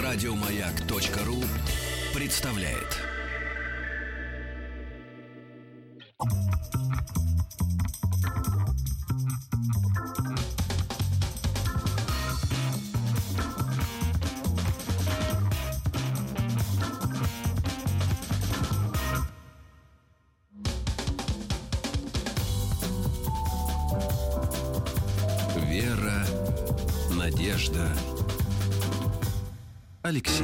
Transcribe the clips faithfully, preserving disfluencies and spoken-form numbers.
Радиомаяк.ру представляет. Вера, надежда, Алексей.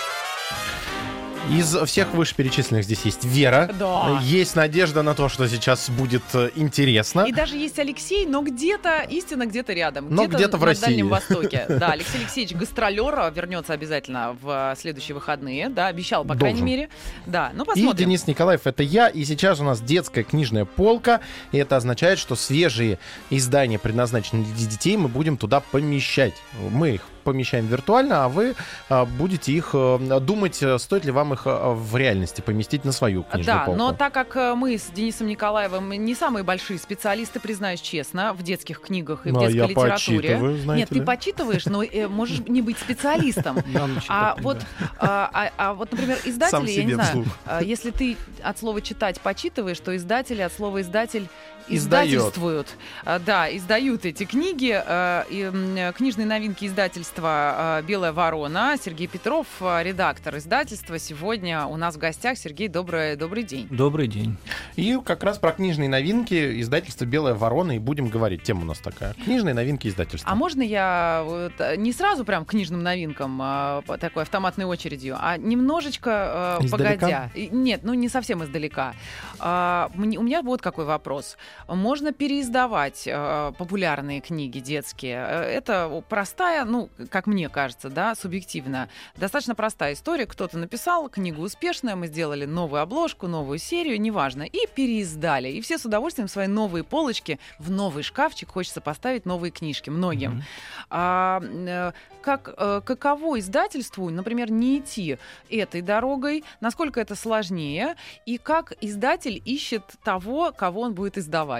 Из всех вышеперечисленных здесь есть Вера, да. Есть надежда на то, что сейчас будет интересно. И даже есть Алексей, но где-то, истина где-то рядом. Но где-то, где-то в на России. Дальнем Востоке. Да, Алексей Алексеевич гастролер, вернется обязательно в следующие выходные. Да, обещал, по Должен. крайней мере. Да, ну И посмотрим. Денис Николаев — это я. И сейчас у нас детская книжная полка. И это означает, что свежие издания, предназначенные для детей, мы будем туда помещать. Мы их помещаем виртуально, а вы а, будете их а, думать, стоит ли вам их а, в реальности поместить на свою книжную Да, полку. но так как мы с Денисом Николаевым не самые большие специалисты, признаюсь честно, в детских книгах и Ну, в а детской я литературе. почитываю, знаете Нет, ли. ты почитываешь, но э, можешь не быть специалистом. А вот, а, а, а вот, например, Сам издатели, я не себе знаю, вслух. а, если ты от слова читать почитываешь, то издатели от слова издатель Издаёт. издательствуют. А, да, издают эти книги. А, и, м, книжные новинки издательства а, «Белая ворона». Сергей Петров, а, редактор издательства. Сегодня у нас в гостях. Сергей, добрый, добрый день. Добрый день. И как раз про книжные новинки издательства «Белая ворона» и будем говорить. Тема у нас такая. Книжные новинки издательства. А можно я вот, не сразу прям к книжным новинкам а, по такой автоматной очередью, а немножечко а, Издалека? погодя? И- Нет, ну не совсем издалека. А, мне- у меня вот какой вопрос. Можно переиздавать а, популярные книги детские? Э, Это простая, ну, как мне кажется, да, субъективно, достаточно простая история. Кто-то написал, книгу успешная, мы сделали новую обложку, новую серию, неважно, и переиздали. И все с удовольствием свои новые полочки в новый шкафчик хочется поставить новые книжки многим. Мгм. А, э, как, э, каково издательству, например, не идти этой дорогой, насколько это сложнее, и как издатель ищет того, кого он будет издавать?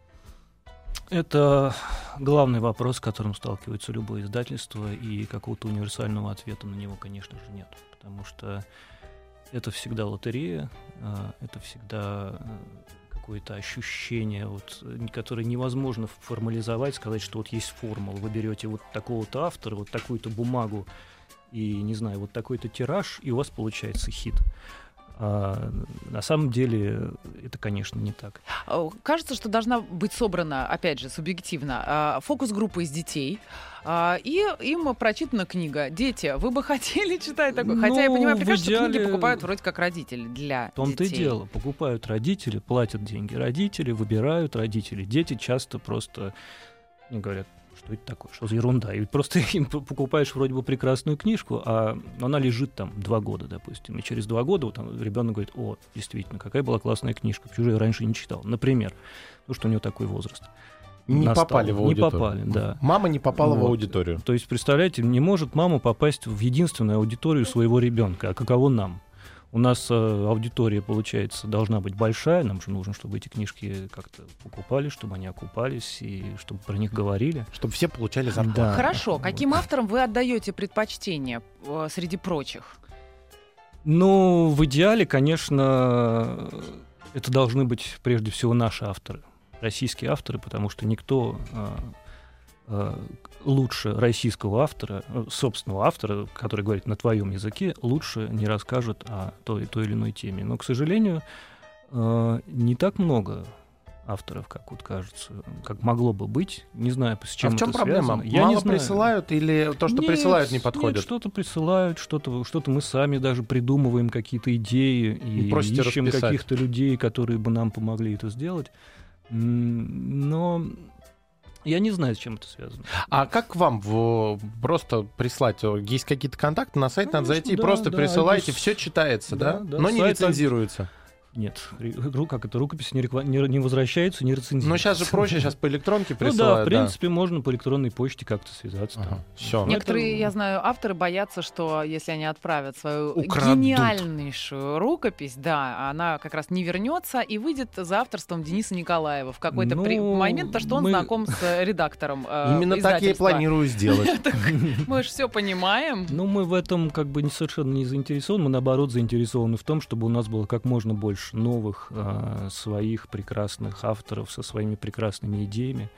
Это главный вопрос, с которым сталкивается любое издательство, и какого-то универсального ответа на него, конечно же, нет. Потому что это всегда лотерея, а, это всегда э, какое-то ощущение, вот, э, которое невозможно формализовать, сказать, что вот есть формула. Вы берете вот такого-то автора, вот такую-то бумагу и, не знаю, вот такой-то тираж, и у вас получается хит. А на самом деле это, конечно, не так. Э, Кажется, что должна быть собрана, опять же, субъективно, э, фокус-группа из детей, э, и им прочитана книга. Дети, вы бы хотели читать такое? Хотя я Ну, понимаю в прекрасно, что книги идеале- покупают вроде как родители для В том-то и детей. дело. Покупают родители, платят деньги родители, выбирают родители. Дети часто просто ну, говорят, что это такое, что за ерунда. И просто им п- покупаешь вроде бы прекрасную книжку, а она лежит там два года, допустим. И через два года вот ребенок говорит: о, действительно, какая была классная книжка, почему же я раньше не читал. Например, потому что у него такой возраст. Не настал. попали в Не аудиторию. попали, да. Мама не попала в Вот. аудиторию. То есть, представляете, не может мама попасть в единственную аудиторию своего ребенка. А каково нам? У нас э, аудитория, получается, должна быть большая. Нам же нужно, чтобы эти книжки как-то покупали, чтобы они окупались и чтобы про них говорили. Чтобы все получали зарплату. Да. Хорошо, Вот. каким авторам вы отдаете предпочтение э, среди прочих? Ну, в идеале, конечно, это должны быть прежде всего наши авторы, российские авторы, потому что никто а, а, лучше российского автора, э, собственного автора, который говорит на твоем языке, лучше не расскажет о той, той или иной теме. Но, к сожалению, э, не так много авторов, как вот кажется, как могло бы быть. Не знаю, с чем А в чем это проблема? связано. Я Мало не знаю. присылают или то, что Нет, присылают, не нет, подходит? что-то присылают, что-то, что-то мы сами даже придумываем, какие-то идеи, и И просите ищем расписать. каких-то людей, которые бы нам помогли это сделать. М, Но я не знаю, с чем это связано. А как вам в- просто прислать? Есть какие-то контакты на сайт, надо Конечно, зайти и да, просто да, присылайте, это с- все читается, да? да, да, Но не сайт- лицензируется. Нет, ру, как это, рукописи не, рекла... не, не возвращаются, не рецензируются. Но сейчас же проще, сейчас по электронке Ну присылают. да, в принципе, да. можно по электронной почте как-то связаться. Ага. Там. Все. Некоторые, это... я знаю, авторы боятся, что если они отправят свою Украдут. гениальнейшую рукопись, да, она как раз не вернется и выйдет за авторством Дениса Николаева в какой-то ну, при... момент, то, что он мы... знаком с редактором э, Именно так я и планирую сделать. Мы же все понимаем. Ну, мы в этом как бы не совершенно не заинтересованы, мы, наоборот, заинтересованы в том, чтобы у нас было как можно больше новых э, своих прекрасных авторов со своими прекрасными идеями.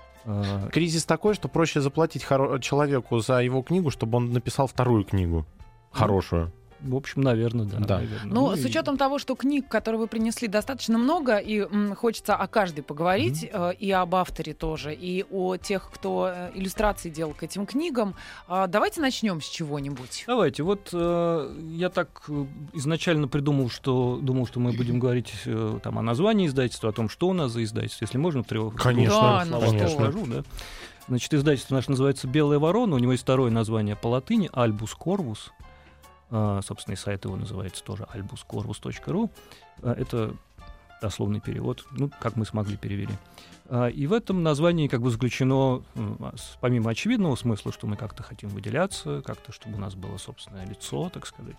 Э, Кризис такой, что проще заплатить хоро- человеку за его книгу, чтобы он написал вторую книгу. Хорошую. В общем, наверное, да. Да. Наверное. Ну, Ну, с и- учетом того, что книг, которые вы принесли, достаточно много, и м, хочется о каждой поговорить, э, и об авторе тоже, и о тех, кто э, иллюстрации делал к этим книгам. А, давайте начнем с чего-нибудь. Давайте, вот э, я так э, изначально придумал, что думал, что мы будем говорить э, там, о названии издательства, о том, что у нас за издательство. Если можно, в трех Конечно, Да, ну словах конечно. скажу, да. Значит, издательство наше называется «Белая ворона», у него есть второе название по латыни «Альбус Корвус». А, собственно, и сайт его называется тоже альбус корвус точка ру. А, это дословный перевод, ну, как мы смогли перевели. А, и в этом названии как бы заключено, м, с- помимо очевидного смысла, что мы как-то хотим выделяться, как-то, чтобы у нас было собственное лицо, так сказать.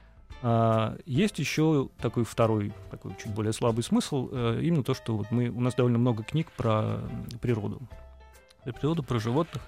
А, есть еще такой второй, такой чуть более слабый смысл, э, именно то, что вот мы, у нас довольно много книг про м, природу. Про природу, про животных.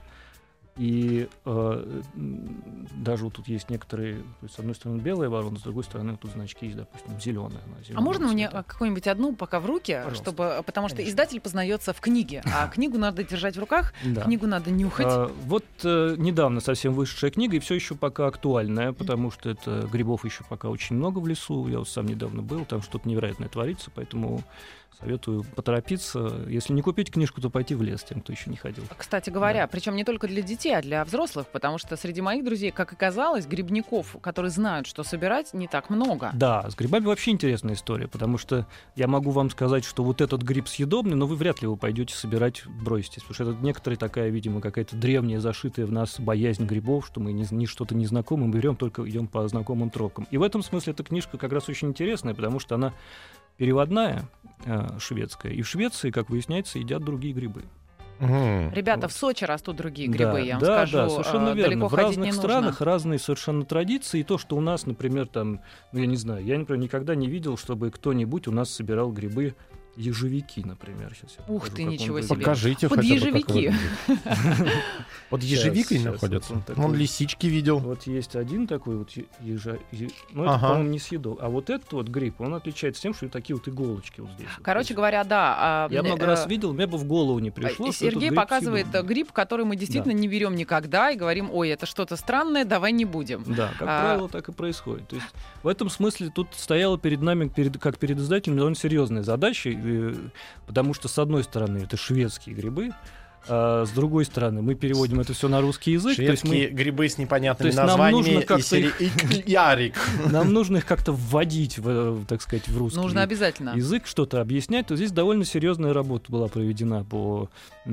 И э, м, даже вот тут есть некоторые, то есть, с одной стороны белая ворона, с другой стороны вот тут значки есть, допустим, зеленая. А можно мне а, какую-нибудь одну пока в руки, Пожалуйста. чтобы, потому что Конечно. издатель познается в книге, а книгу надо держать в руках, Да. книгу надо нюхать. А, вот э, недавно совсем вышедшая книга, и все еще пока актуальная, потому что это грибов еще пока очень много в лесу. Я вот сам недавно был, там что-то невероятное творится, поэтому советую поторопиться. Если не купить книжку, то пойти в лес тем, кто еще не ходил. Кстати говоря, Да. причем не только для детей, а для взрослых, потому что среди моих друзей, как оказалось, грибников, которые знают, что собирать, не так много. Да, с грибами вообще интересная история, потому что я могу вам сказать, что вот этот гриб съедобный, но вы вряд ли его пойдете собирать, броситесь, потому что это некоторая такая, видимо, какая-то древняя, зашитая в нас боязнь грибов, что мы ни, ни что-то незнакомое, мы берем, только идем по знакомым тропкам. И в этом смысле эта книжка как раз очень интересная, потому что она переводная, э, шведская, и в Швеции, как выясняется, едят другие грибы. Мгм. Ребята, Вот. в Сочи растут другие грибы, Да, я вам да, скажу. да, совершенно э, верно. Далеко В ходить разных не странах нужно. разные совершенно традиции. И то, что у нас, например, там, ну я не знаю, я, например, никогда не видел, чтобы кто-нибудь у нас собирал грибы ежевики, например. Сейчас я Ух покажу, ты, как он ничего выглядит. себе. Покажите Под хотя бы, как ежевики. выглядит. Под ежевикой Щас, щас, находятся. вот он такой. Вон лисички видел. Вот есть один такой вот е- ежа... е- Ну, это, Ага. по-моему, не съедоб. А вот этот вот гриб, он отличается тем, что такие вот иголочки вот здесь. вот Короче есть. говоря, да. а, Я э, много раз видел, мне бы в голову не пришло, э, что этот Сергей гриб показывает съедобный. э, гриб, который мы действительно Да. не берем никогда, и говорим, ой, это что-то странное, давай не будем. Да, как А- правило, так и происходит. То есть в этом смысле тут стояла перед нами, перед, как перед издателем, довольно серьезная задача, э, потому что, с одной стороны, это шведские грибы, а с другой стороны, мы переводим это все на русский язык. То есть Шведские мы, грибы с то непонятными есть нам названиями нужно из как-то серии «И- Ярик». нам нужно их как-то вводить, в, э, так сказать, в русский Нужно обязательно. язык, что-то объяснять, то здесь довольно серьезная работа была проведена по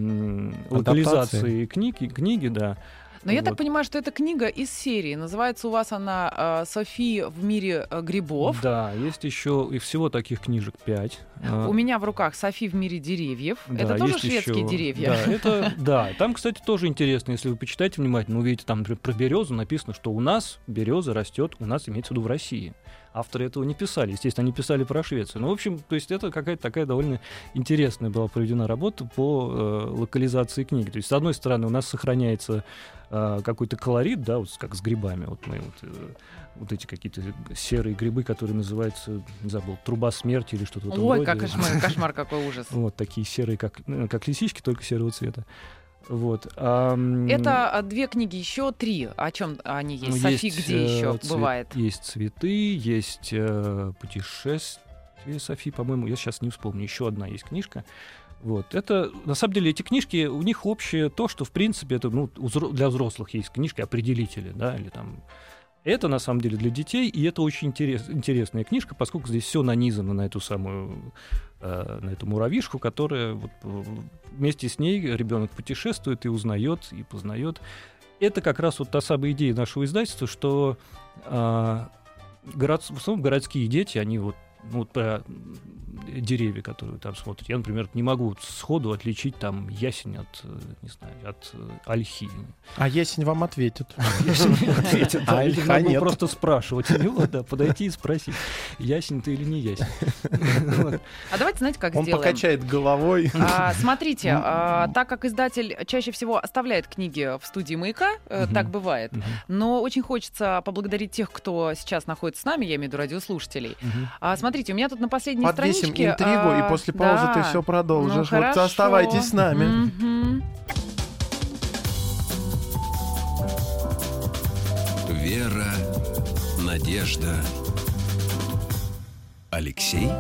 м, Адаптации. локализации книги, книги, да. Но я так Вот. понимаю, что это книга из серии. Называется у вас она э, «Софи в мире э, грибов». Да, есть еще и всего таких книжек пять. У меня в руках «Софи в мире деревьев». Да, это тоже есть шведские ещё- деревья. Да, это, да, там, кстати, тоже интересно, если вы почитаете внимательно, вы увидите там, например, про березу написано, что у нас береза растет, у нас имеется в виду в России. Авторы этого не писали, естественно, они писали про Швецию. Ну, в общем, то есть это какая-то такая довольно интересная была проведена работа по э, локализации книги. То есть, с одной стороны, у нас сохраняется э, какой-то колорит, да, вот как с грибами. Вот мы вот, э, вот эти какие-то серые грибы, которые называются, не забыл, труба смерти или что-то в этом Ой, роде. как кошмар, кошмар, какой ужас. Вот такие серые, как, э, как лисички, только серого цвета. Вот. а, м, Это а, две книги, еще три. О чем они есть? ну, Софи есть, где э, еще цвет- бывает? Есть цветы, есть э, путешествие Софи, по-моему, я сейчас не вспомню. Еще одна есть книжка. Вот. Это, на самом деле, эти книжки, у них общее то, что, в принципе, это, ну, у взро- для взрослых есть книжки определители, да, или там... Это, на самом деле, для детей, и это очень интерес, интересная книжка, поскольку здесь все нанизано на эту самую, э, на эту муравьишку, которая вот, э, вместе с ней ребенок путешествует и узнает, и познает. Это как раз вот та самая идея нашего издательства, что э, город, в основном городские дети, они вот ну, вот про деревья, которые вы там смотрите. Я, например, не могу сходу отличить там ясень от, не знаю, от ольхи. А ясень вам ответит. Ясень ответит. А ольха нет. Просто спрашивать у него, да, подойти и спросить, ясень ты или не ясень. А давайте, знаете, как Он сделаем? покачает головой. А, смотрите, а, так как издатель чаще всего оставляет книги в студии «Маяка», э, Мгм. так бывает, Мгм. но очень хочется поблагодарить тех, кто сейчас находится с нами, я имею в виду радиослушателей. Мгм. А, смотрите, у меня тут на последней Подвесим страничке... интригу, и а, после паузы да. ты все продолжишь. Ну, Вот хорошо. оставайтесь с нами. Мгм. Вера, надежда. Алексей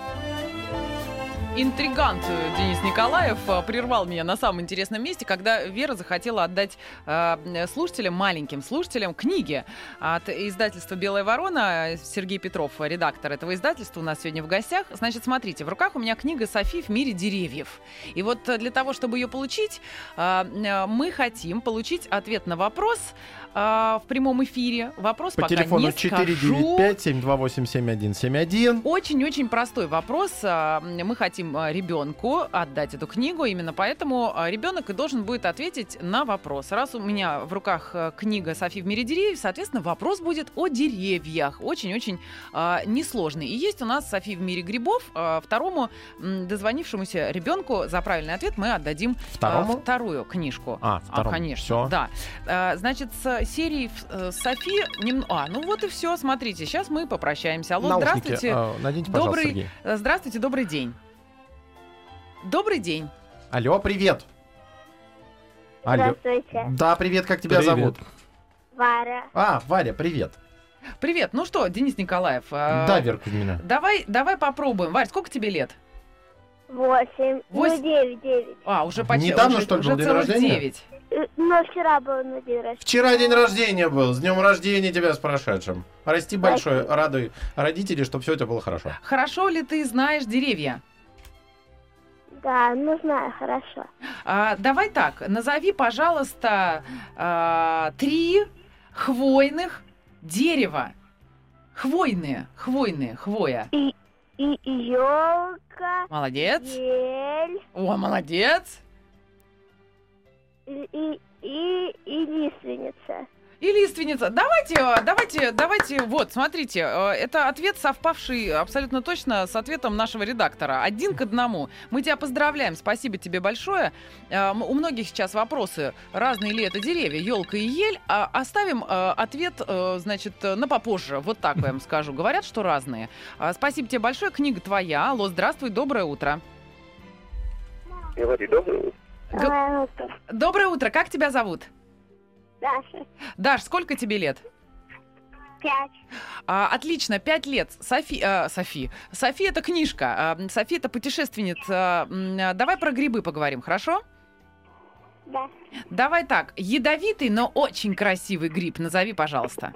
Интригант э, Денис Николаев э, прервал меня на самом интересном месте, когда Вера захотела отдать э, слушателям, маленьким слушателям, книги от издательства «Белая ворона». Сергей Петров, редактор этого издательства, у нас сегодня в гостях. Значит, смотрите, в руках у меня книга «Софи в мире деревьев». И вот э, для того, чтобы ее получить, э, э, мы хотим получить ответ на вопрос э, в прямом эфире. Вопрос По пока телефону не четыре скажу. девять пять семь два восемь семь один семь один. Очень-очень простой вопрос. А, Мы хотим а, ребенку отдать эту книгу, именно поэтому а, ребенок и должен будет ответить на вопрос. Раз у меня в руках а, книга «Софи в мире деревьев», соответственно, вопрос будет о деревьях. Очень-очень а, несложный. И есть у нас «Софи в мире грибов». А, второму м, дозвонившемуся ребенку за правильный ответ мы отдадим а, Второму? вторую книжку. А, второму. конечно, Всё. да. А, значит, с серии э, «Софи» нем- А, ну вот и все. Смотрите, сейчас мы попрощаемся. Алло, Наушники здравствуйте. э, наденьте, пожалуйста, Добрый, Сергей. э, здравствуйте, добрый день. Добрый день. Алло, привет. Алло. Здравствуйте, Да, привет, как тебя Привет. зовут? Варя. А, Варя, привет. Привет. Ну что, Денис Николаев, э, Да, Верка Кузьмина. давай, давай попробуем. Варь, сколько тебе лет? Восемь. Восемь. Ну, девять, девять. А, уже почти. Недавно, уже, что ли, уже был день целых рождения? девять. Э, Но вчера был на день рождения. Вчера день рождения был. С днем рождения тебя с прошедшим. Расти большой, радуй родителей, чтобы все у тебя было хорошо. Хорошо ли ты знаешь деревья? Да, ну знаю, хорошо. А, давай так, назови, пожалуйста, а, три хвойных дерева. Хвойные, хвойные, хвоя. И елка, Молодец. ель, О, молодец. и, и, и, и лиственница. И лиственница. Давайте, э, давайте, давайте, вот, смотрите, э, это ответ, совпавший абсолютно точно с ответом нашего редактора. Один к одному. Мы тебя поздравляем, спасибо тебе большое. Э, м- У многих сейчас вопросы, разные ли это деревья, елка и ель. А оставим э, ответ, э, значит, э, на попозже. Вот так я вам скажу. Говорят, что разные. А, Спасибо тебе большое, книга твоя. Алло, здравствуй, доброе утро. Говори, доброе утро. Г- А, вот, Доброе утро, как тебя зовут? Даша, Даш, сколько тебе лет? пять. А, отлично, пять лет. Софи, а, Софи. Софи это книжка. А, Софи это путешественница. М, а, Давай про грибы поговорим, хорошо? Да. Давай так. Ядовитый, но очень красивый гриб. Назови, пожалуйста.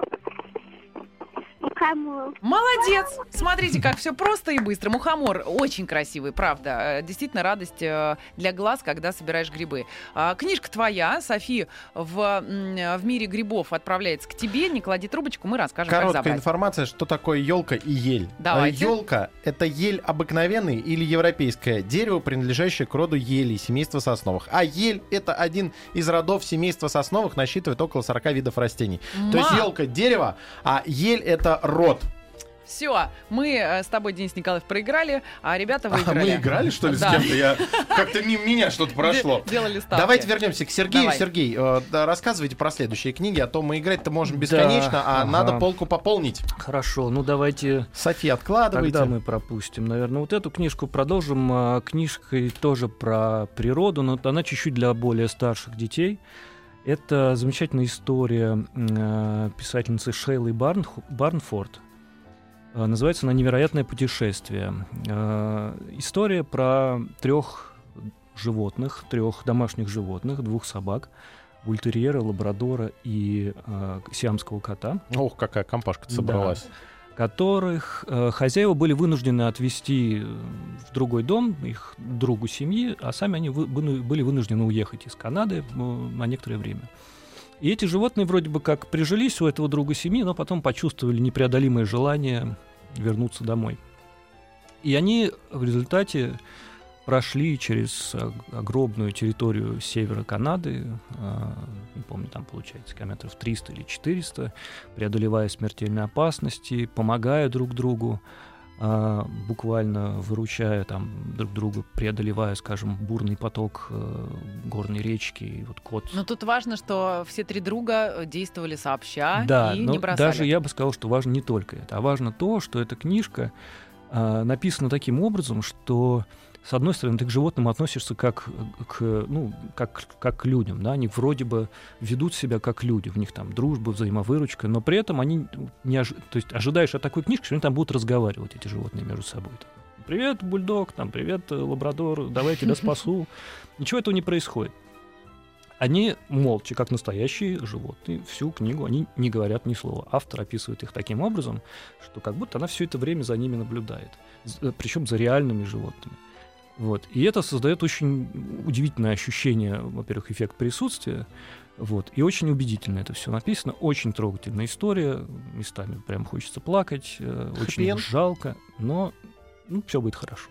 Мухомор. Молодец! Смотрите, как все просто и быстро. Мухомор очень красивый, правда. Э, Действительно радость э, для глаз, когда собираешь грибы. А, Книжка твоя, Софи, в, м, в мире грибов отправляется к тебе. Не клади трубочку, мы расскажем, как Короткая забрать. информация, что такое елка и ель. Давайте. Елка — это ель обыкновенный или европейское дерево, принадлежащее к роду елей, семейства сосновых. А ель — это один из родов семейства сосновых, насчитывает около сорока видов растений. То есть Ма! елка — дерево, а ель — это род. Все, мы э, с тобой, Денис Николаев, проиграли, а ребята А выиграли. мы играли, что ли, Да. с кем-то? Я... Как-то мимо меня что-то прошло. Де- Делали ставки. Давайте вернемся к Сергею. Давай. Сергей, э, да, рассказывайте про следующие книги, а то мы играть-то можем бесконечно, Да, а ага. надо полку пополнить. Хорошо, ну давайте София, откладывайте. тогда мы пропустим, наверное, вот эту книжку. Продолжим а, книжкой тоже про природу, но она чуть-чуть для более старших детей. Это замечательная история м, э, писательницы Шейлы Барнх- Барнфорд. Э, Называется она «Невероятное путешествие». Э, История про трех животных, трех домашних животных, двух собак, бультерьера, лабрадора и э, сиамского кота, Ох, какая компашка собралась. которых э, хозяева были вынуждены отвезти в другой дом, их другу семьи, а сами они вы- выну- были вынуждены уехать из Канады э, на некоторое время. И эти животные вроде бы как прижились у этого друга семьи, но потом почувствовали непреодолимое желание вернуться домой. И они в результате прошли через огромную территорию севера Канады, не помню, там получается километров триста или четыреста, преодолевая смертельные опасности, помогая друг другу, буквально выручая там друг друга, преодолевая, скажем, бурный поток горной речки. И вот кот... Но тут важно, что все три друга действовали сообща да, и но не бросали. Даже я бы сказал, что важно не только это, а важно то, что эта книжка а, написана таким образом, что с одной стороны, ты к животным относишься как к, ну, как, как к людям, да? Они вроде бы ведут себя как люди, в них там дружба, взаимовыручка, но при этом они не ожи... то есть ожидаешь от такой книжки, что они там будут разговаривать, эти животные между собой. Привет, бульдог, там, привет, лабрадор, давай я тебя спасу. Ничего этого не происходит. Они молча, как настоящие животные, всю книгу, они не говорят ни слова. Автор описывает их таким образом, что как будто она все это время за ними наблюдает, причем за реальными животными. Вот. И это создает очень удивительное ощущение, во-первых, эффект присутствия, вот. И очень убедительно это все написано, очень трогательная история, местами прям хочется плакать, очень жалко, но ну, все будет хорошо.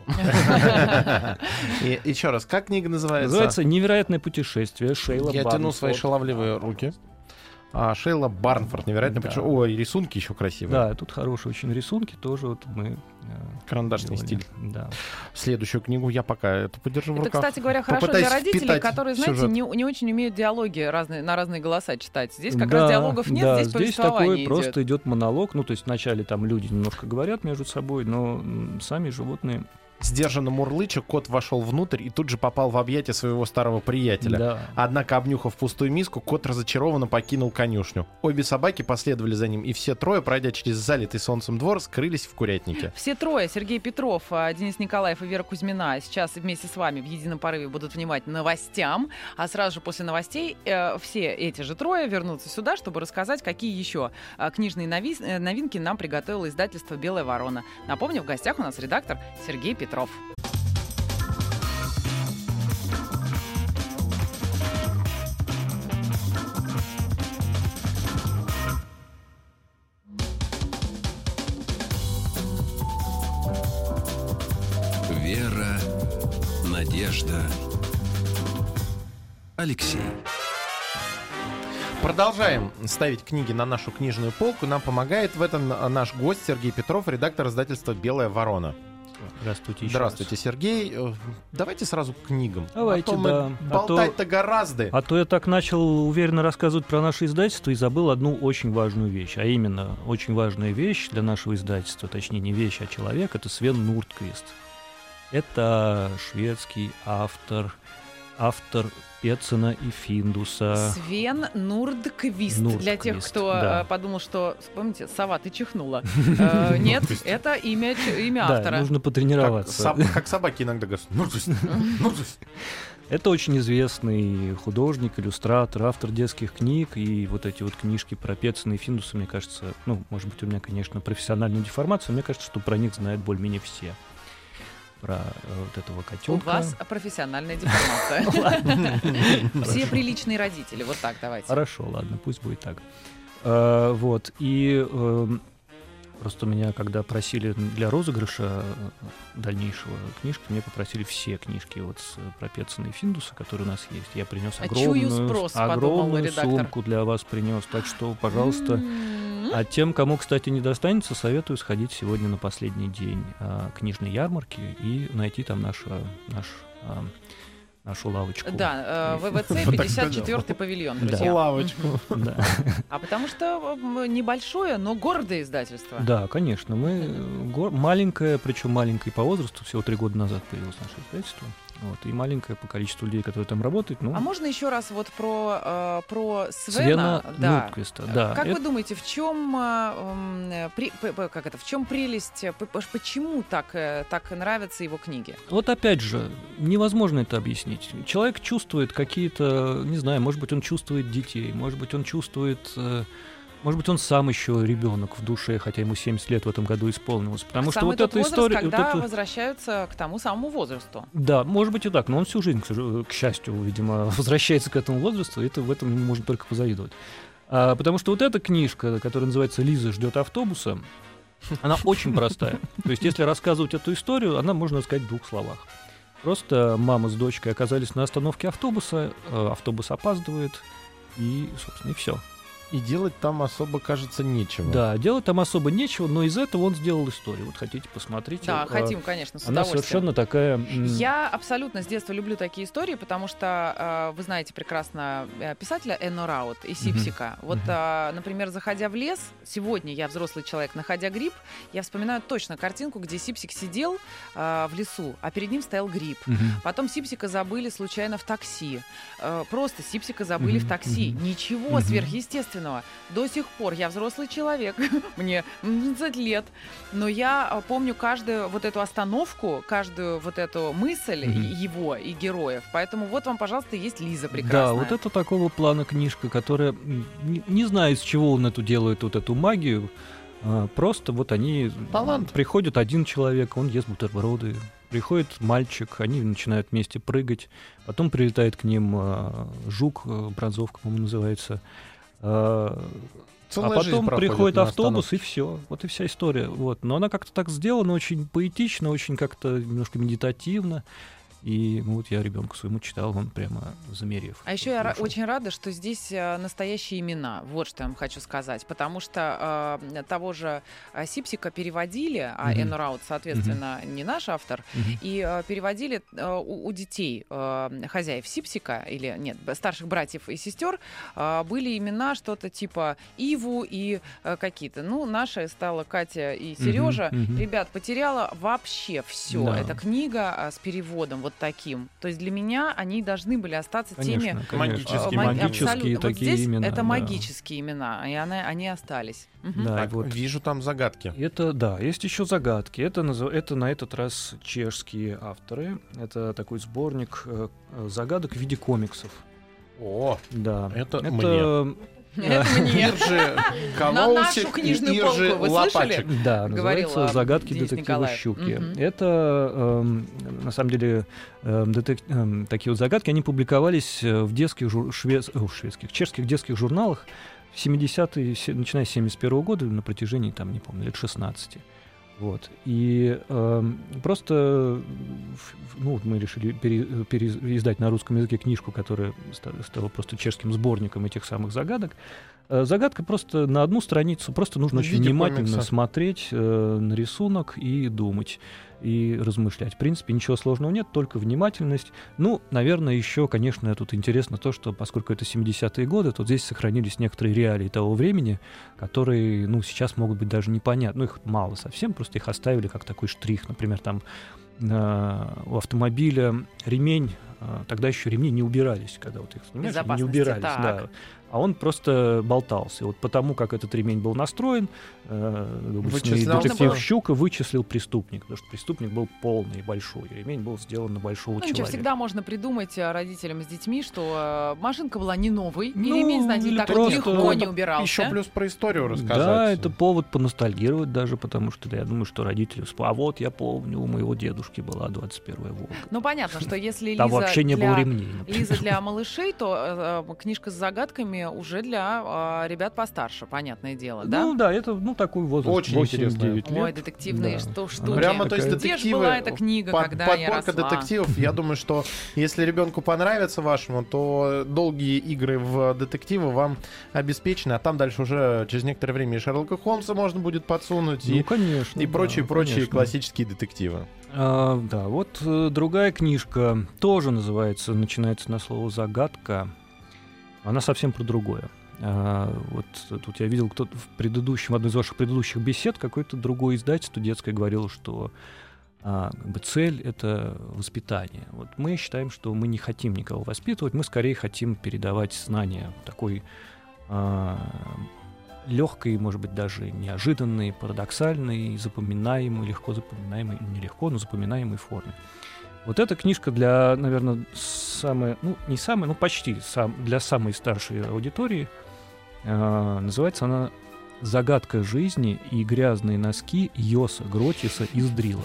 Еще раз, как книга называется? Называется «Невероятное путешествие» Шейла Барнфорд. Я тяну свои шаловливые руки. А, Шейла Барнфорд, невероятно да. почему. Ой, рисунки еще красивые. Да, тут хорошие очень рисунки, тоже вот мы... Карандашный делали. стиль. Да. Следующую книгу я пока эту подержу в Это, руках. кстати говоря, хорошо Попытаюсь для родителей, впитать которые, знаете, сюжет. не, не очень умеют диалоги разные, на разные голоса читать. Здесь как да, раз диалогов нет, да, здесь повествование такой идет. просто идет монолог. Ну, то есть вначале там люди немножко говорят между собой, но м, сами животные... Сдержанно мурлыча, кот вошел внутрь и тут же попал в объятия своего старого приятеля. Да. Однако, обнюхав пустую миску, кот разочарованно покинул конюшню. Обе собаки последовали за ним, и все трое, пройдя через залитый солнцем двор, скрылись в курятнике. Все трое, Сергей Петров, Денис Николаев и Вера Кузьмина, сейчас вместе с вами в едином порыве будут внимать новостям, а сразу же после новостей э, все эти же трое вернутся сюда, чтобы рассказать, какие еще э, книжные нови- новинки нам приготовило издательство «Белая ворона». Напомню, в гостях у нас редактор Сергей Петров. Петров. Вера, надежда, Алексей. Продолжаем ставить книги на нашу книжную полку. Нам помогает в этом наш гость Сергей Петров, редактор издательства «Белая ворона». Здравствуйте. Здравствуйте, раз. Сергей. Давайте сразу к книгам. Давайте, а то да. мы болтать-то а то, гораздо. А то я так начал уверенно рассказывать про наше издательство и забыл одну очень важную вещь. А именно, очень важная вещь для нашего издательства, точнее не вещь, а человек, это Свен Нордквист. Это шведский автор, автор Петсона и Финдуса. Свен Нордквист. Нордквист. Для тех, кто да. подумал, что, помните, сова, ты чихнула. Нет, это имя автора. Да, нужно потренироваться. Как собаки иногда говорят. Нордквист. Это очень известный художник, иллюстратор, автор детских книг, и вот эти вот книжки про Петсона и Финдуса, мне кажется, ну, может быть, у меня, конечно, профессиональная деформация, мне кажется, что про них знают более-менее все. Про вот этого котенка. У вас профессиональная деформация. Все приличные родители. Вот так давайте. Хорошо, ладно, пусть будет так. Вот. И просто меня, когда просили для розыгрыша дальнейшего книжки, мне попросили все книжки вот про Петсона и Финдуса, которые у нас есть. Я принес огромную, огромную сумку для вас принес. Так что, пожалуйста, а тем, кому, кстати, не достанется, советую сходить сегодня на последний день а, книжной ярмарки и найти там нашу, наш, а, нашу лавочку. Да, э, ВВЦ пятьдесят четвёртый павильон, друзья. Да. Лавочку. Да. А потому что небольшое, но гордое издательство. Да, конечно. Мы гор... маленькое, причем маленькое по возрасту, всего три года назад появилось наше издательство. Вот, и маленькое по количеству людей, которые там работают. Ну... А можно еще раз вот про, э, про Свена? Свена да. Нордквиста, да. Как это... вы думаете, в чем, э, при, как это, в чем прелесть, почему так, так нравятся его книги? Вот опять же, невозможно это объяснить. Человек чувствует какие-то, не знаю, может быть, он чувствует детей, может быть, он чувствует... Может быть, он сам еще ребенок в душе, хотя ему семьдесят лет в этом году исполнилось. Потому Самый что вот тот эта возраст, история... когда вот это... возвращаются к тому самому возрасту. Да, может быть и так, но он всю жизнь, к счастью, видимо, возвращается к этому возрасту, и это в этом можно только позавидовать. А, потому что вот эта книжка, которая называется «Лиза ждет автобуса», Она очень простая. То есть, если рассказывать эту историю, она можно сказать в двух словах. Просто мама с дочкой оказались на остановке автобуса, э, автобус опаздывает, и, собственно, и все. И делать там особо, кажется, нечего. Да, делать там особо нечего, но из этого он сделал историю. Вот хотите, посмотрите. Да, А, хотим, конечно, с Она удовольствием. совершенно такая... м, Я абсолютно с детства люблю такие истории, потому что э, вы знаете прекрасно э, писателя Энно Раут и Сипсика. Вот, Мгм. э, например, заходя в лес, сегодня я взрослый человек, находя гриб, я вспоминаю точно картинку, где Сипсик сидел э, в лесу, а перед ним стоял гриб. мгм. Потом Сипсика забыли случайно в такси. Э, Просто Сипсика забыли Мгм, в такси. мгм. Ничего Мгм. сверхъестественного. До сих пор я взрослый человек, мне тридцать лет, но я а, помню каждую вот эту остановку, каждую вот эту мысль Мгм. и- его и героев. Поэтому вот вам, пожалуйста, есть Лиза Да, прекрасная. вот это такого плана книжка, которая м, не, не знаю, из чего он эту делает, вот эту магию. а, Просто вот они Талант. приходит один человек, он ест бутерброды. Приходит мальчик, они начинают вместе прыгать. Потом прилетает к ним а, жук, а, бронзовка, по-моему, называется. А Целая а жизнь потом проходит приходит на автобус, остановке. и все. Вот и вся история. Вот. Но она как-то так сделана, очень поэтично, очень как-то немножко медитативно. И ну, вот я ребенку своему читал, он прямо замерев. А еще я ра- ушел. очень рада, что здесь э, настоящие имена. Вот что я вам хочу сказать. Потому что э, того же э, Сипсика переводили, а Мгм. Энно Раут, соответственно, не наш автор, Мгм. и э, переводили э, у, у детей э, хозяев Сипсика, или нет, б- старших братьев и сестер, э, были имена что-то типа Иву и э, какие-то. Ну, наша стала Катя и Сережа. мгм. Ребят, потеряла вообще все. Да. Эта книга а, с переводом вот таким. То есть для меня они должны были остаться теми... Конечно, конечно. Магические, э, ма- магические абсолютно. Вот такие здесь имена. это да. магические имена, и она- они остались. Мгм. Да, и Так, вот. вижу там загадки. Это, да, есть еще загадки. Это, назыв- это на этот раз чешские авторы. Это такой сборник э, э, загадок в виде комиксов. О, Да. Это Это мне. Иржи На нашу Колоусик и книжную Иржи полку вы Лопачек. Да, Говорил, называется а, «Загадки Денис детектива Николаев. Щуки». Мгм. Это, эм, на самом деле, эм, детек- эм, такие вот загадки, они публиковались э, в детских, жур- швед- о, шведских, чешских детских журналах в семидесятые, се- начиная с семьдесят первого года, на протяжении, там, не помню, лет шестнадцати. Вот. И эм, просто в- ну, вот мы решили пере- переиздать на русском языке книжку, которая ста- стала просто чешским сборником этих самых загадок. Э, Загадка просто на одну страницу, просто нужно В очень виде внимательно комикса. смотреть э, на рисунок и думать, и размышлять. В принципе, ничего сложного нет, только внимательность. Ну, наверное, еще, конечно, тут интересно то, что поскольку это семидесятые годы, то здесь сохранились некоторые реалии того времени, которые, ну, сейчас могут быть даже непонятны. Ну, их мало совсем, просто их оставили как такой штрих. Например, там э, у автомобиля ремень, э, тогда еще ремни не убирались, когда вот их, понимаешь, не Безопасности, убирались, так. да. А он просто болтался. И вот потому, как этот ремень был настроен, э, доблестный Вычислял детектив было. Щука вычислил преступник, потому что преступник был полный, большой. И ремень был сделан на большого Ну, ничего, человека. всегда можно придумать а, родителям с детьми, что э, машинка была не новой, и Ну, ремень, знаете, или так вот просто- легко не убирался. Еще плюс про историю рассказать. Да, это повод поностальгировать даже, потому что да, я думаю, что родители вспомнят. А вот я помню, у моего дедушки была двадцать первая Волга. Ну, понятно, что если Там Лиза вообще не для... было ремней. например. Лиза для малышей, то э, э, книжка с загадками уже для э, ребят постарше, понятное дело, да? Ну да, это ну такой возраст. Очень восемь-девять Ой, лет. детективные Да. что, Она штуки. Прямо, то есть такая- Где ж детективы, была эта книга, под- когда я подборка росла? детективов. Я думаю, что если ребенку понравится вашему, то долгие игры в детективы вам обеспечены, а там дальше уже через некоторое время и Шерлока Холмса можно будет подсунуть, Ну, и, конечно. и да, прочие-прочие конечно. классические детективы. А, да, вот э, другая книжка тоже называется, начинается на слово «загадка». Она совсем про другое. А, вот тут я видел, кто-то в предыдущем, в одной из ваших предыдущих бесед, какое-то другое издательство детское говорило, что а, как бы цель — это воспитание. Вот мы считаем, что мы не хотим никого воспитывать, мы скорее хотим передавать знания такой а, легкой, может быть, даже неожиданной, парадоксальной, запоминаемой, легко запоминаемой, нелегко, но запоминаемой форме. Вот эта книжка для, наверное, самой, ну, не самой, ну, почти сам, для самой старшей аудитории. Э, называется она «Загадка жизни и грязные носки Йоса Гротиса из Дрила».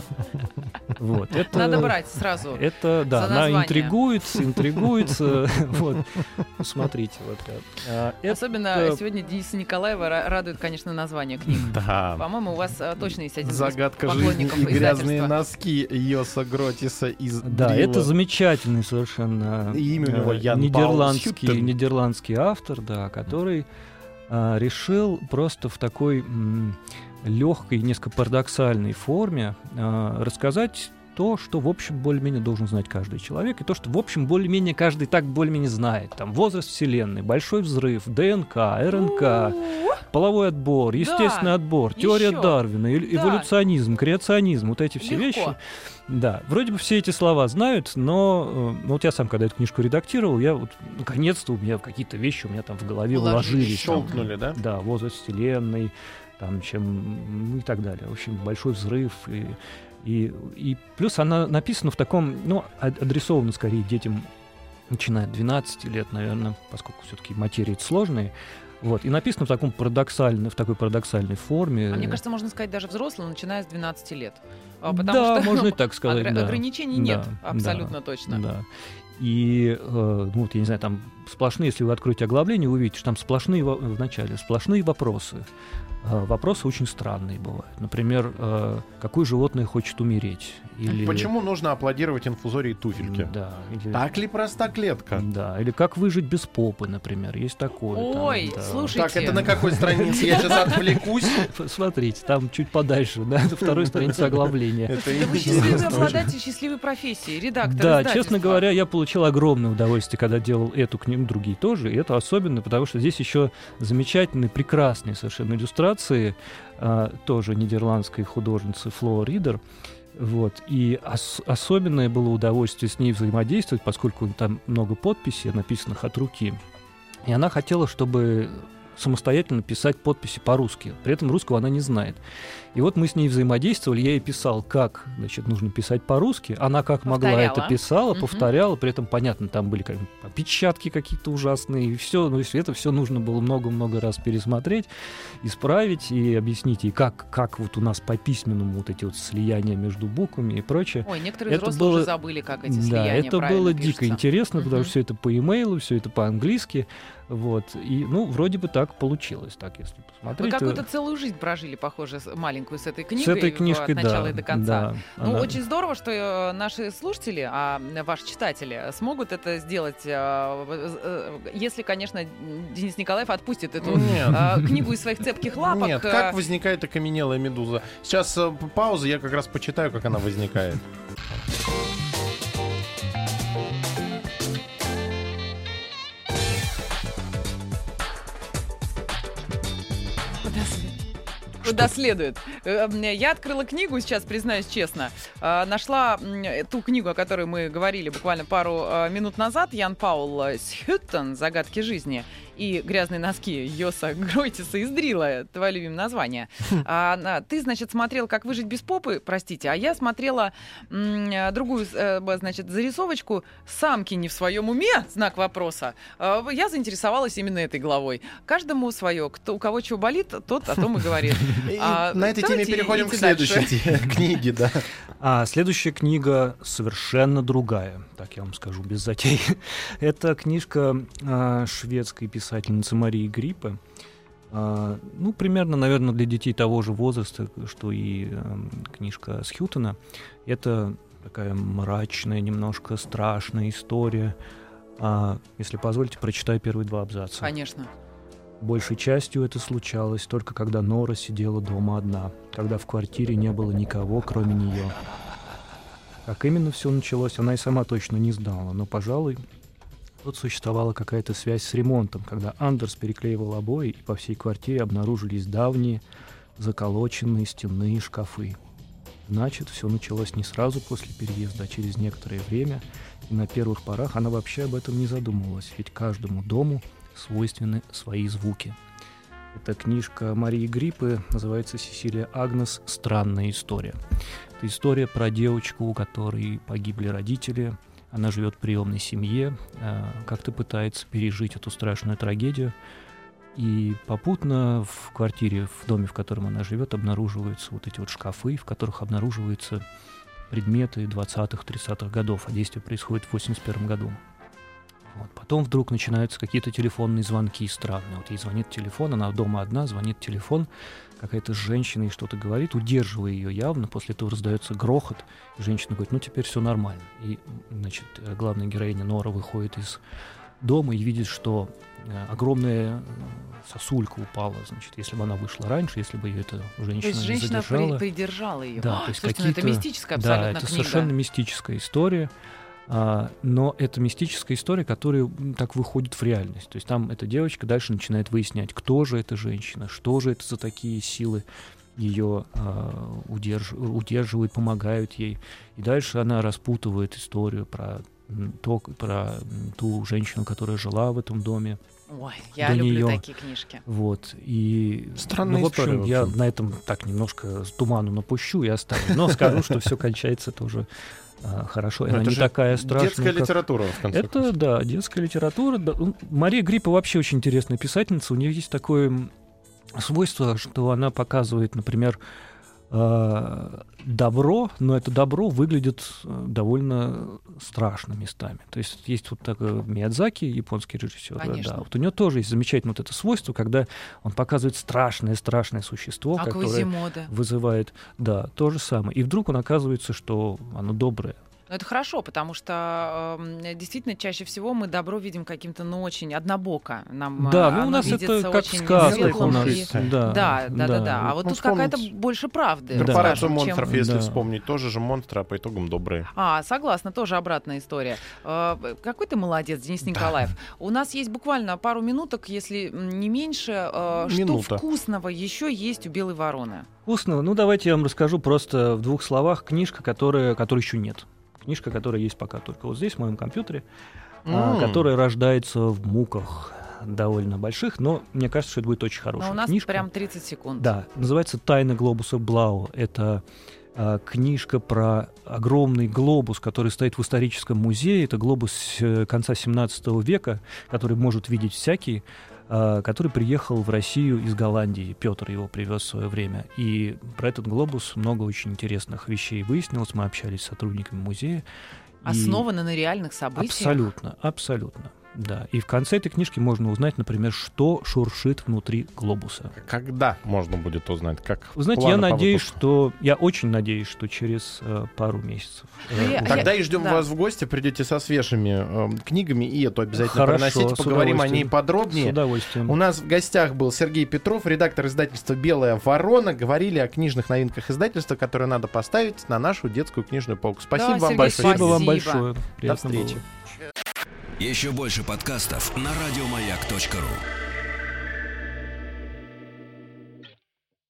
Вот, это, Надо брать сразу. Это, да, за она название. интригует, интригуется. Вот. Смотрите. Вот. А, Особенно это- сегодня Дениса Николаева ра- радует, конечно, название книг. Да. По-моему, у вас а, точно есть один из Загадка жизни поклонников и грязные издательства. носки Йоса Гротиса из Да, Дрила. это замечательный совершенно И имя у него э, Ян нидерландский, Паулс Хюттен. нидерландский автор, да, который а, решил просто в такой м, легкой, несколько парадоксальной форме а, рассказать то, что, в общем, более-менее должен знать каждый человек, и то, что, в общем, более-менее каждый так более-менее знает. Там возраст Вселенной, большой взрыв, ДНК, РНК, половой отбор, естественный отбор, теория Ещё. Дарвина, э- Да. эволюционизм, креационизм, вот эти все Легко. вещи. Да, вроде бы все эти слова знают, но э, ну, вот я сам, когда эту книжку редактировал, я вот, наконец-то у меня какие-то вещи у меня там в голове Уложились. уложились. там. Щелкнули, да? Да, возраст Вселенной, там, чем, ну и так далее. В общем, большой взрыв. И, и, и плюс она написана в таком, ну, ад- адресована скорее детям, начиная от двенадцати лет, наверное, поскольку все-таки материи сложные. Вот, и написано в таком парадоксальной, в такой парадоксальной форме. А мне кажется, можно сказать даже взрослым, начиная с двенадцати лет. А, Потому да, что можно и так сказать. огр- да. ограничений Да, нет, да, абсолютно точно. Да. И, э, ну, вот, я не знаю, там сплошные, если вы откроете оглавление, вы увидите, что там сплошные во- в начале, сплошные вопросы. Э, вопросы очень странные бывают. Например, э, какое животное хочет умереть? Или, Почему нужно аплодировать инфузории туфельки? Да, или, Так ли проста клетка? да, или как выжить без попы, например, есть такое. там, Ой, да. слушай, Так, это на какой странице? Я сейчас отвлекусь. Смотрите, там чуть подальше, да, на второй странице оглавления. Это Да вы интересно счастливый очень. обладатель счастливой профессии, редактор Да, издательства. честно говоря, я получил огромное удовольствие, когда делал эту книгу, другие тоже. И это особенно, потому что здесь еще замечательные, прекрасные совершенно иллюстрации, а, тоже нидерландской художницы Фло Ридер. Вот. И ос- особенное было удовольствие с ней взаимодействовать, поскольку там много подписей, написанных от руки. И она хотела, чтобы самостоятельно писать подписи по-русски. При этом русского она не знает. И вот мы с ней взаимодействовали, я ей писал, как, значит, нужно писать по-русски. Она как могла Повторяла. это писала, Мгм. повторяла. При этом, понятно, там были как бы опечатки какие-то ужасные. И все, ну, это все нужно было много-много раз пересмотреть, исправить и объяснить ей, как, как вот у нас по письменному вот эти вот слияния между буквами и прочее. Ой, некоторые Это взрослые было- уже забыли, как эти Да, слияния это правильно было пишутся. дико интересно, потому Мгм. что все это по имейлу, все это по-английски. Вот. И, ну, вроде бы так получилось, так, если Вы посмотреть. какую-то то целую жизнь прожили, похоже, с- маленькую с этой с книгой. этой в- книжкой, от начала да, и до конца. да, Ну, она- очень здорово, что э, наши слушатели, а э, ваши читатели, смогут это сделать, э, э, э, если, конечно, Денис Николаев отпустит эту Нет. э, книгу из своих цепких лапок. Нет, э, как возникает окаменелая медуза? Сейчас э, п- пауза, я как раз почитаю, как она возникает. Куда след- Куда следует. Э, м, Я открыла книгу сейчас, признаюсь честно. Э, Нашла м, ту книгу, о которой мы говорили буквально пару э, минут назад. Ян Паул Хюттен «Загадки жизни» и «Грязные носки» Йоса Гройтиса из Дрила. Твое любимое название. А, на- ты, значит, смотрел «Как выжить без попы», простите, а я смотрела м, э, другую, э, б- значит, зарисовочку «Самки не в своем уме?» Знак вопроса. Э, Я заинтересовалась именно этой главой. Каждому свое. Кто, у кого чего болит, тот о том и говорит. И А, на этой теме давайте переходим к идти дальше. следующей те- книге, да. А следующая книга совершенно другая, так я вам скажу, без затей. Это книжка а, шведской писательницы Марии Гриппе. А, ну, примерно, наверное, для детей того же возраста, что и ам, книжка с Хьютона. Это такая мрачная, немножко страшная история. А, если позволите, прочитаю первые два абзаца. Конечно. Большей частью это случалось только когда Нора сидела дома одна, когда в квартире не было никого, кроме нее. Как именно все началось, она и сама точно не знала, но, пожалуй, тут существовала какая-то связь с ремонтом, когда Андерс переклеивал обои, и по всей квартире обнаружились давние, заколоченные стенные шкафы. Значит, все началось не сразу после переезда, а через некоторое время, и на первых порах она вообще об этом не задумывалась, ведь каждому дому свойственны свои звуки. Эта книжка Марии Гриппе называется «Сесилия Агнес. Странная история». Это история про девочку, у которой погибли родители. Она живет в приемной семье, э, как-то пытается пережить эту страшную трагедию. И попутно в квартире, в доме, в котором она живет, обнаруживаются вот эти вот шкафы, в которых обнаруживаются предметы двадцатых-тридцатых годов, а действие происходит в восемьдесят первом году. Вот. Потом вдруг начинаются какие-то телефонные звонки странные. Вот ей звонит телефон, она дома одна, звонит телефон, какая-то женщина ей что-то говорит, удерживая ее явно, после этого раздается грохот, и женщина говорит, ну теперь все нормально. И, значит, главная героиня Нора выходит из дома и видит, что огромная сосулька упала, значит, если бы она вышла раньше, если бы ее эта женщина, то есть женщина не задержала. При, придержала ее. Да, то есть слушайте, ну это мистическая абсолютно да, это книга. совершенно мистическая история. А, но это мистическая история, которая так выходит в реальность. То есть там эта девочка дальше начинает выяснять, кто же эта женщина, что же это за такие силы ее а, удерж... удерживают, помогают ей. И дальше она распутывает историю про, то, про ту женщину, которая жила в этом доме. Ой, я люблю неё. такие книжки. Вот. И, странная ну, история. В общем, я на этом так немножко с туману напущу и оставлю. Но скажу, что все кончается тоже а, хорошо. Она не такая страшная. Детская литература, в конце концов. Это, да, детская литература. Мария Гриппа вообще очень интересная писательница. У нее есть такое свойство, что она показывает, например, добро, но это добро выглядит довольно страшно местами. То есть есть вот такой Миядзаки, японский режиссер. Да, вот у него тоже есть замечательное вот это свойство, когда он показывает страшное-страшное существо, а которое Квазимода вызывает, да, то же самое. И вдруг он оказывается, что оно доброе. Но это хорошо, потому что э, действительно чаще всего мы добро видим каким-то, ну, очень однобоко. Нам, да, ну у нас это как в сказках у нас. И... Да, да, да, да, да. А вот ну, тут какая-то больше правды. Корпорацию скажем, монстров, чем... если да. вспомнить, тоже же монстры, а по итогам добрые. А, согласна, тоже обратная история. Э, какой ты молодец, Денис Николаев. Да. У нас есть буквально пару минуток, если не меньше. Э, что вкусного еще есть у белой вороны? Вкусного? Ну, давайте я вам расскажу просто в двух словах. Книжка, которая, которой еще нет. Книжка, которая есть пока только вот здесь, в моем компьютере, mm. а, которая рождается в муках довольно больших, но мне кажется, что это будет очень хорошая книжка. Но у нас книжка. прям тридцать секунд. Да, называется «Тайна глобуса Блау». Это а, книжка про огромный глобус, который стоит в историческом музее. Это глобус конца семнадцатого века, который может видеть всякий, который приехал в Россию из Голландии. Петр его привез в свое время. И про этот глобус много очень интересных вещей выяснилось. Мы общались с сотрудниками музея. Основано на реальных событиях? Абсолютно, абсолютно. Да. И в конце этой книжки можно узнать, например, что шуршит внутри глобуса. Когда можно будет узнать? Как Вы знаете, я надеюсь, что... Я очень надеюсь, что через э, пару месяцев. Э, я, Тогда я, и ждем да. вас в гости. Придете со свежими э, книгами, и эту обязательно Хорошо, приносите. Поговорим о ней подробнее. С удовольствием. У нас в гостях был Сергей Петров, редактор издательства «Белая ворона». Говорили о книжных новинках издательства, которые надо поставить на нашу детскую книжную полку. Спасибо да, вам Сергей, большое. Спасибо вам большое. До встречи. Еще больше подкастов на радиомаяк точка ру.